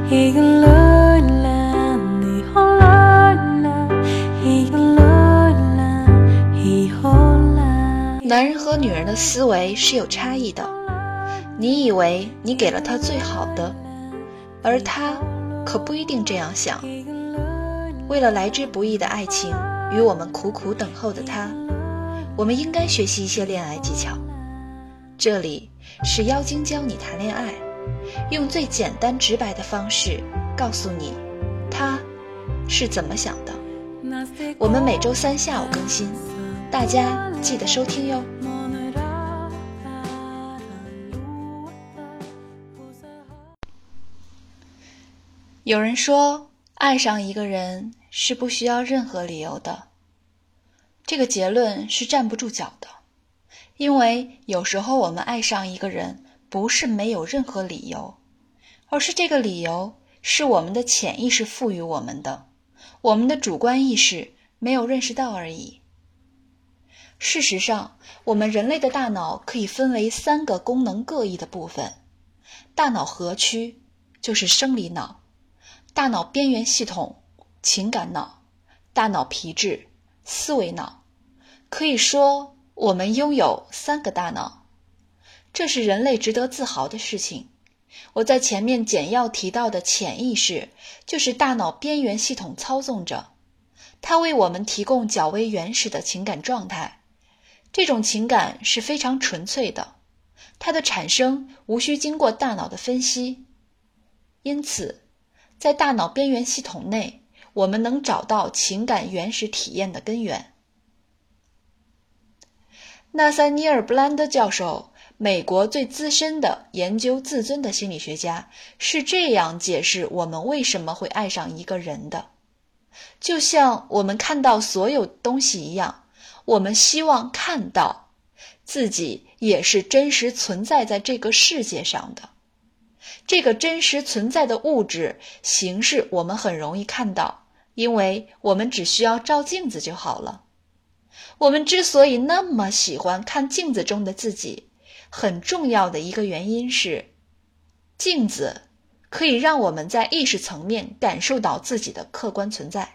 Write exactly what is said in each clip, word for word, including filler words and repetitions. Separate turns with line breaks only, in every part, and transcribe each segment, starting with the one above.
男人和女人的思维是有差异的，你以为你给了他最好的，而他可不一定这样想。为了来之不易的爱情与我们苦苦等候的他，我们应该学习一些恋爱技巧。这里是妖精教你谈恋爱，用最简单直白的方式告诉你他是怎么想的。我们每周三下午更新，大家记得收听哟。有人说，爱上一个人是不需要任何理由的。这个结论是站不住脚的，因为有时候我们爱上一个人不是没有任何理由，而是这个理由是我们的潜意识赋予我们的，我们的主观意识没有认识到而已。事实上，我们人类的大脑可以分为三个功能各异的部分。大脑核区就是生理脑，大脑边缘系统情感脑，大脑皮质思维脑。可以说我们拥有三个大脑，这是人类值得自豪的事情。我在前面简要提到的潜意识就是大脑边缘系统操纵着，它为我们提供较为原始的情感状态。这种情感是非常纯粹的，它的产生无需经过大脑的分析。因此，在大脑边缘系统内，我们能找到情感原始体验的根源。纳萨尼尔·布兰德教授，美国最资深的研究自尊的心理学家，是这样解释我们为什么会爱上一个人的。就像我们看到所有东西一样，我们希望看到自己也是真实存在在这个世界上的。这个真实存在的物质形式我们很容易看到，因为我们只需要照镜子就好了。我们之所以那么喜欢看镜子中的自己，很重要的一个原因是，镜子可以让我们在意识层面感受到自己的客观存在。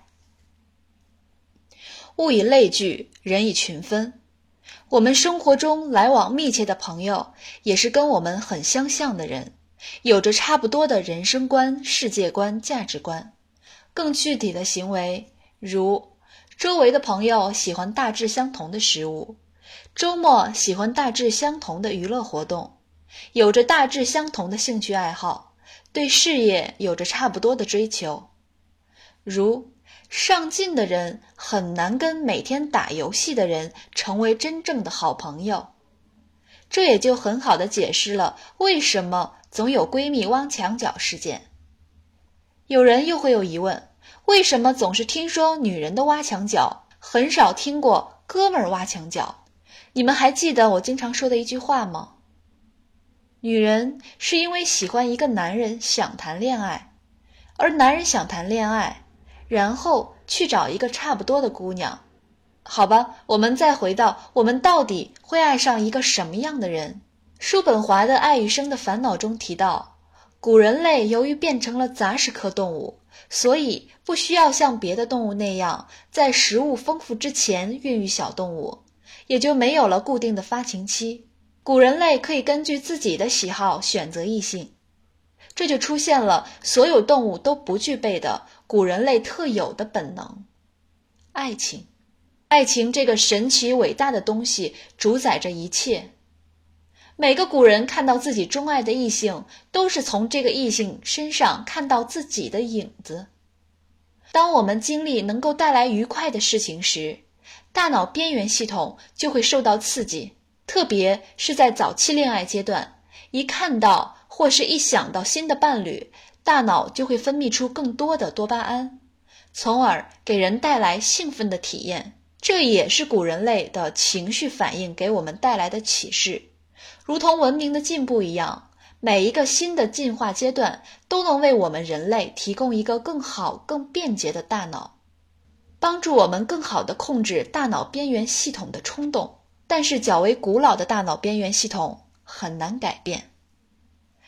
物以类聚，人以群分。我们生活中来往密切的朋友，也是跟我们很相像的人，有着差不多的人生观、世界观、价值观。更具体的行为，如周围的朋友喜欢大致相同的食物，周末喜欢大致相同的娱乐活动，有着大致相同的兴趣爱好，对事业有着差不多的追求。如上进的人很难跟每天打游戏的人成为真正的好朋友。这也就很好地解释了为什么总有闺蜜挖墙脚事件。有人又会有疑问，为什么总是听说女人的挖墙脚，很少听过哥们儿挖墙脚？你们还记得我经常说的一句话吗？女人是因为喜欢一个男人想谈恋爱，而男人想谈恋爱，然后去找一个差不多的姑娘。好吧，我们再回到我们到底会爱上一个什么样的人。叔本华的《爱与生的烦恼》中提到，古人类由于变成了杂食科动物，所以不需要像别的动物那样在食物丰富之前孕育小动物，也就没有了固定的发情期。古人类可以根据自己的喜好选择异性，这就出现了所有动物都不具备的古人类特有的本能——爱情。爱情这个神奇伟大的东西主宰着一切。每个古人看到自己钟爱的异性，都是从这个异性身上看到自己的影子。当我们经历能够带来愉快的事情时，大脑边缘系统就会受到刺激，特别是在早期恋爱阶段，一看到或是一想到新的伴侣，大脑就会分泌出更多的多巴胺，从而给人带来兴奋的体验。这也是古人类的情绪反应给我们带来的启示。如同文明的进步一样，每一个新的进化阶段都能为我们人类提供一个更好、更便捷的大脑，帮助我们更好地控制大脑边缘系统的冲动。但是较为古老的大脑边缘系统很难改变。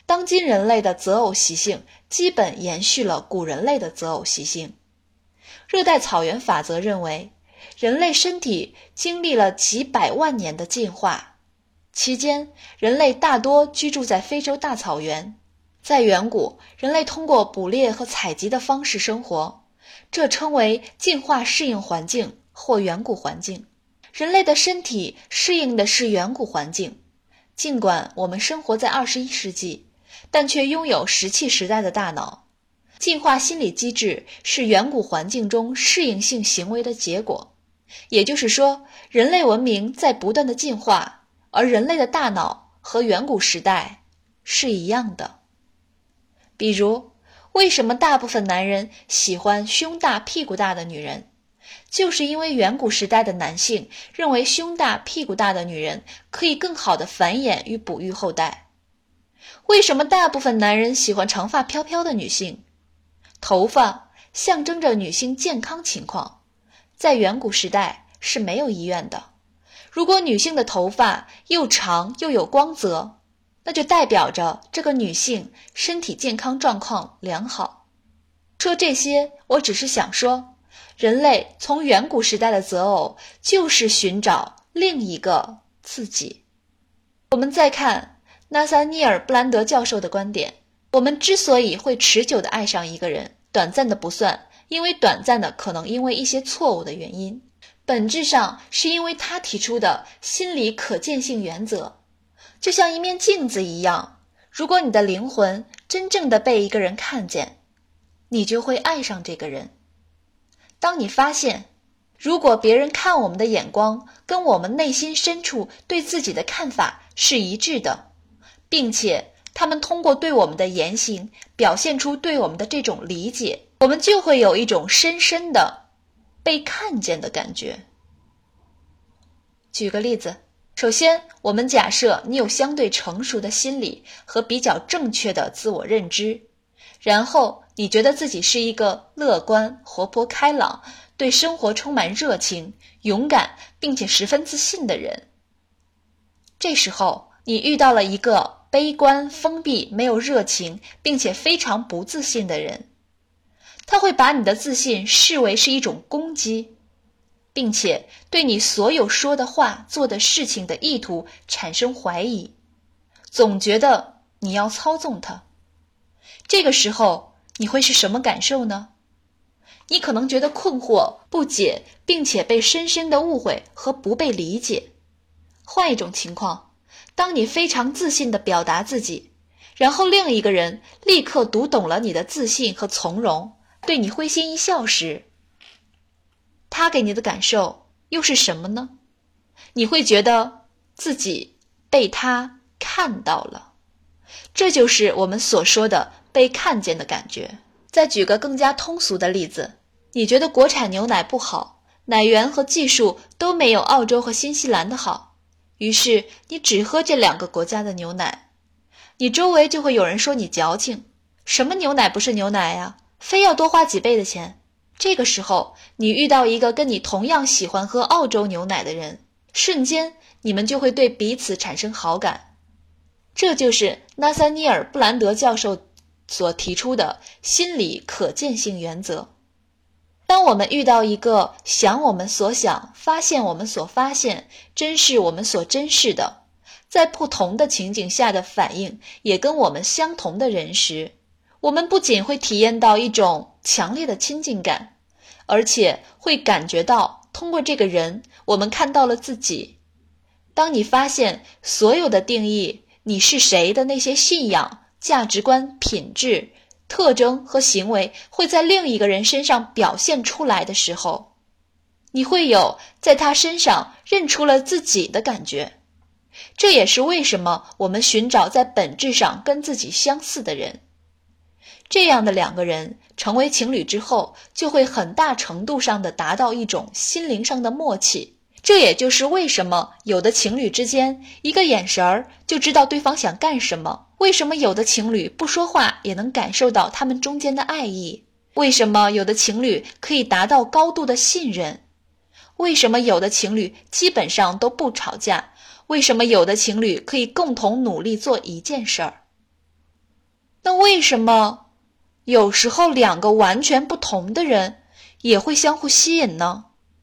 当今人类的择偶习性基本延续了古人类的择偶习性。热带草原法则认为，人类身体经历了几百万年的进化，期间人类大多居住在非洲大草原。在远古，人类通过捕猎和采集的方式生活，这称为进化适应环境或远古环境。人类的身体适应的是远古环境，尽管我们生活在二十一世纪，但却拥有石器时代的大脑。进化心理机制是远古环境中适应性行为的结果，也就是说，人类文明在不断的进化，而人类的大脑和远古时代是一样的。比如，为什么大部分男人喜欢胸大屁股大的女人？就是因为远古时代的男性认为胸大屁股大的女人可以更好地繁衍与哺育后代。为什么大部分男人喜欢长发飘飘的女性？头发象征着女性健康情况，在远古时代是没有医院的。如果女性的头发又长又有光泽，那就代表着这个女性身体健康状况良好。说这些，我只是想说，人类从远古时代的择偶就是寻找另一个自己。我们再看纳萨尼尔·布兰德教授的观点，我们之所以会持久地爱上一个人，短暂的不算，因为短暂的可能因为一些错误的原因，本质上是因为他提出的心理可见性原则。就像一面镜子一样，如果你的灵魂真正的被一个人看见，你就会爱上这个人。当你发现，如果别人看我们的眼光跟我们内心深处对自己的看法是一致的，并且他们通过对我们的言行表现出对我们的这种理解，我们就会有一种深深的被看见的感觉。举个例子，首先，我们假设你有相对成熟的心理和比较正确的自我认知，然后你觉得自己是一个乐观、活泼开朗，对生活充满热情、勇敢并且十分自信的人。这时候，你遇到了一个悲观、封闭、没有热情并且非常不自信的人，他会把你的自信视为是一种攻击，并且对你所有说的话、做的事情的意图产生怀疑，总觉得你要操纵他。这个时候，你会是什么感受呢？你可能觉得困惑、不解，并且被深深的误会和不被理解。换一种情况，当你非常自信地表达自己，然后另一个人立刻读懂了你的自信和从容，对你会心一笑时，他给你的感受又是什么呢？你会觉得自己被他看到了，这就是我们所说的被看见的感觉。再举个更加通俗的例子，你觉得国产牛奶不好，奶源和技术都没有澳洲和新西兰的好，于是你只喝这两个国家的牛奶。你周围就会有人说你矫情，什么牛奶不是牛奶呀，非要多花几倍的钱。这个时候，你遇到一个跟你同样喜欢喝澳洲牛奶的人，瞬间你们就会对彼此产生好感。这就是纳萨尼尔·布兰德教授所提出的心理可见性原则。当我们遇到一个想我们所想、发现我们所发现、珍视我们所珍视的，在不同的情景下的反应也跟我们相同的人时，我们不仅会体验到一种强烈的亲近感，而且会感觉到通过这个人，我们看到了自己。当你发现所有的定义你是谁的那些信仰、价值观、品质、特征和行为会在另一个人身上表现出来的时候，你会有在他身上认出了自己的感觉。这也是为什么我们寻找在本质上跟自己相似的人。这样的两个人成为情侣之后，就会很大程度上的达到一种心灵上的默契。这也就是为什么有的情侣之间一个眼神儿就知道对方想干什么，为什么有的情侣不说话也能感受到他们中间的爱意，为什么有的情侣可以达到高度的信任，为什么有的情侣基本上都不吵架，为什么有的情侣可以共同努力做一件事儿。 那为什么有时候两个完全不同的人也会相互吸引呢？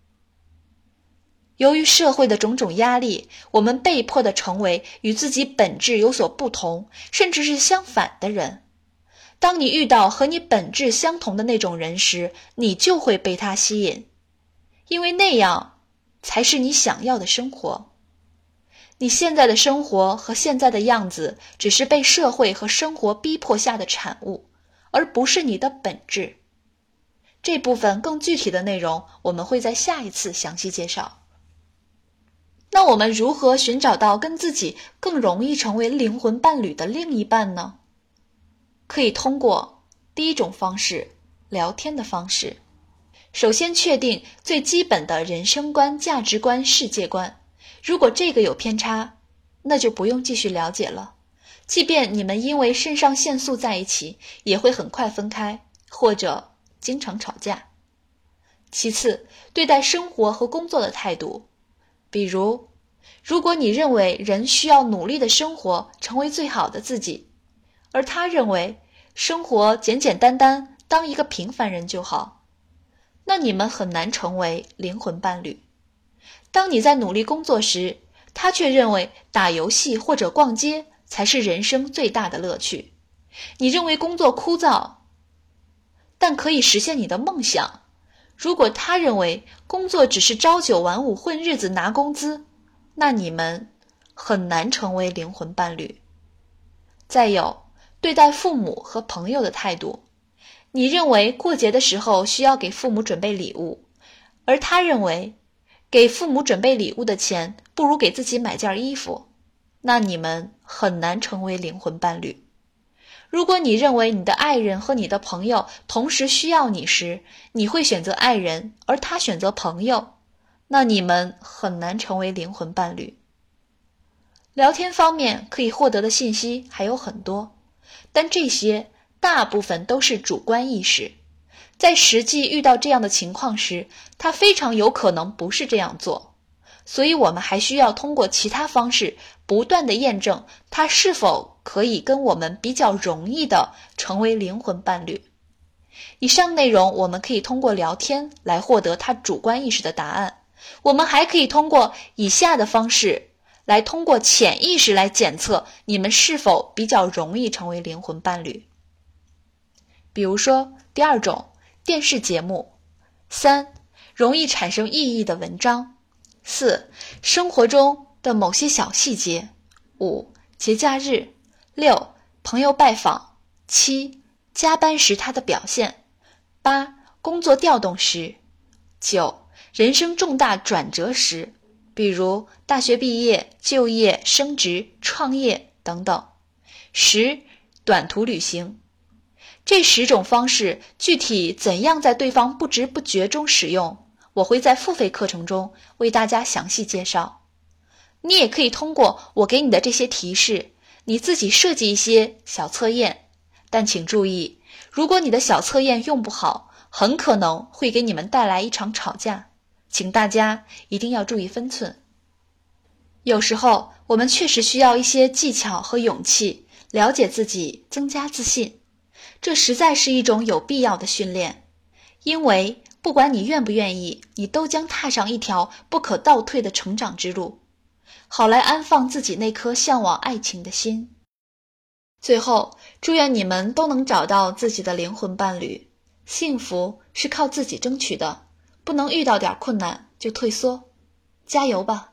由于社会的种种压力，我们被迫地成为与自己本质有所不同，甚至是相反的人。当你遇到和你本质相同的那种人时，你就会被他吸引，因为那样才是你想要的生活。你现在的生活和现在的样子，只是被社会和生活逼迫下的产物，而不是你的本质。这部分更具体的内容，我们会在下一次详细介绍。那我们如何寻找到跟自己更容易成为灵魂伴侣的另一半呢？可以通过第一种方式，聊天的方式。首先确定最基本的人生观、价值观、世界观。如果这个有偏差，那就不用继续了解了。即便你们因为肾上腺素在一起，也会很快分开，或者经常吵架。其次，对待生活和工作的态度。比如，如果你认为人需要努力的生活，成为最好的自己，而他认为生活简简单单，当一个平凡人就好，那你们很难成为灵魂伴侣。当你在努力工作时，他却认为打游戏或者逛街才是人生最大的乐趣。你认为工作枯燥，但可以实现你的梦想。如果他认为工作只是朝九晚五混日子拿工资，那你们很难成为灵魂伴侣。再有，对待父母和朋友的态度。你认为过节的时候需要给父母准备礼物，而他认为给父母准备礼物的钱不如给自己买件衣服，那你们很难成为灵魂伴侣。如果你认为你的爱人和你的朋友同时需要你时，你会选择爱人，而他选择朋友，那你们很难成为灵魂伴侣。聊天方面可以获得的信息还有很多，但这些大部分都是主观意识。在实际遇到这样的情况时，他非常有可能不是这样做，所以我们还需要通过其他方式不断地验证他是否可以跟我们比较容易地成为灵魂伴侣。以上内容我们可以通过聊天来获得他主观意识的答案，我们还可以通过以下的方式来通过潜意识来检测你们是否比较容易成为灵魂伴侣。比如说，第二种，电视节目；三，容易产生意义的文章；四，生活中的某些小细节；五，节假日；六，朋友拜访；七，加班时他的表现；八，工作调动时；九，人生重大转折时，比如大学毕业、就业、升职、创业等等；十，短途旅行。这十种方式具体怎样在对方不知不觉中使用，我会在付费课程中为大家详细介绍。你也可以通过我给你的这些提示，你自己设计一些小测验，但请注意，如果你的小测验用不好，很可能会给你们带来一场吵架，请大家一定要注意分寸。有时候我们确实需要一些技巧和勇气，了解自己，增加自信。这实在是一种有必要的训练，因为不管你愿不愿意，你都将踏上一条不可倒退的成长之路，好来安放自己那颗向往爱情的心。最后，祝愿你们都能找到自己的灵魂伴侣。幸福是靠自己争取的，不能遇到点困难就退缩，加油吧！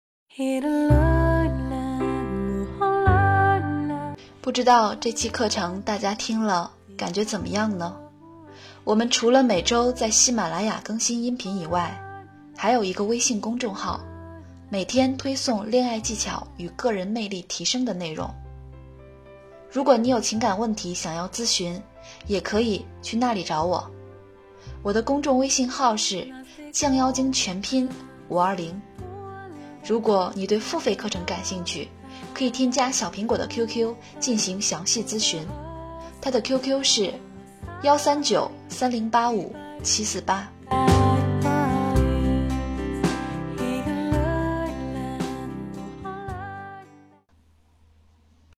不知道这期课程大家听了感觉怎么样呢？我们除了每周在喜马拉雅更新音频以外，还有一个微信公众号，每天推送恋爱技巧与个人魅力提升的内容。如果你有情感问题想要咨询，也可以去那里找我。我的公众微信号是降妖精全拼五二零。如果你对付费课程感兴趣，可以添加小苹果的 Q Q 进行详细咨询，他的 Q Q 是幺三九三零八五七四八。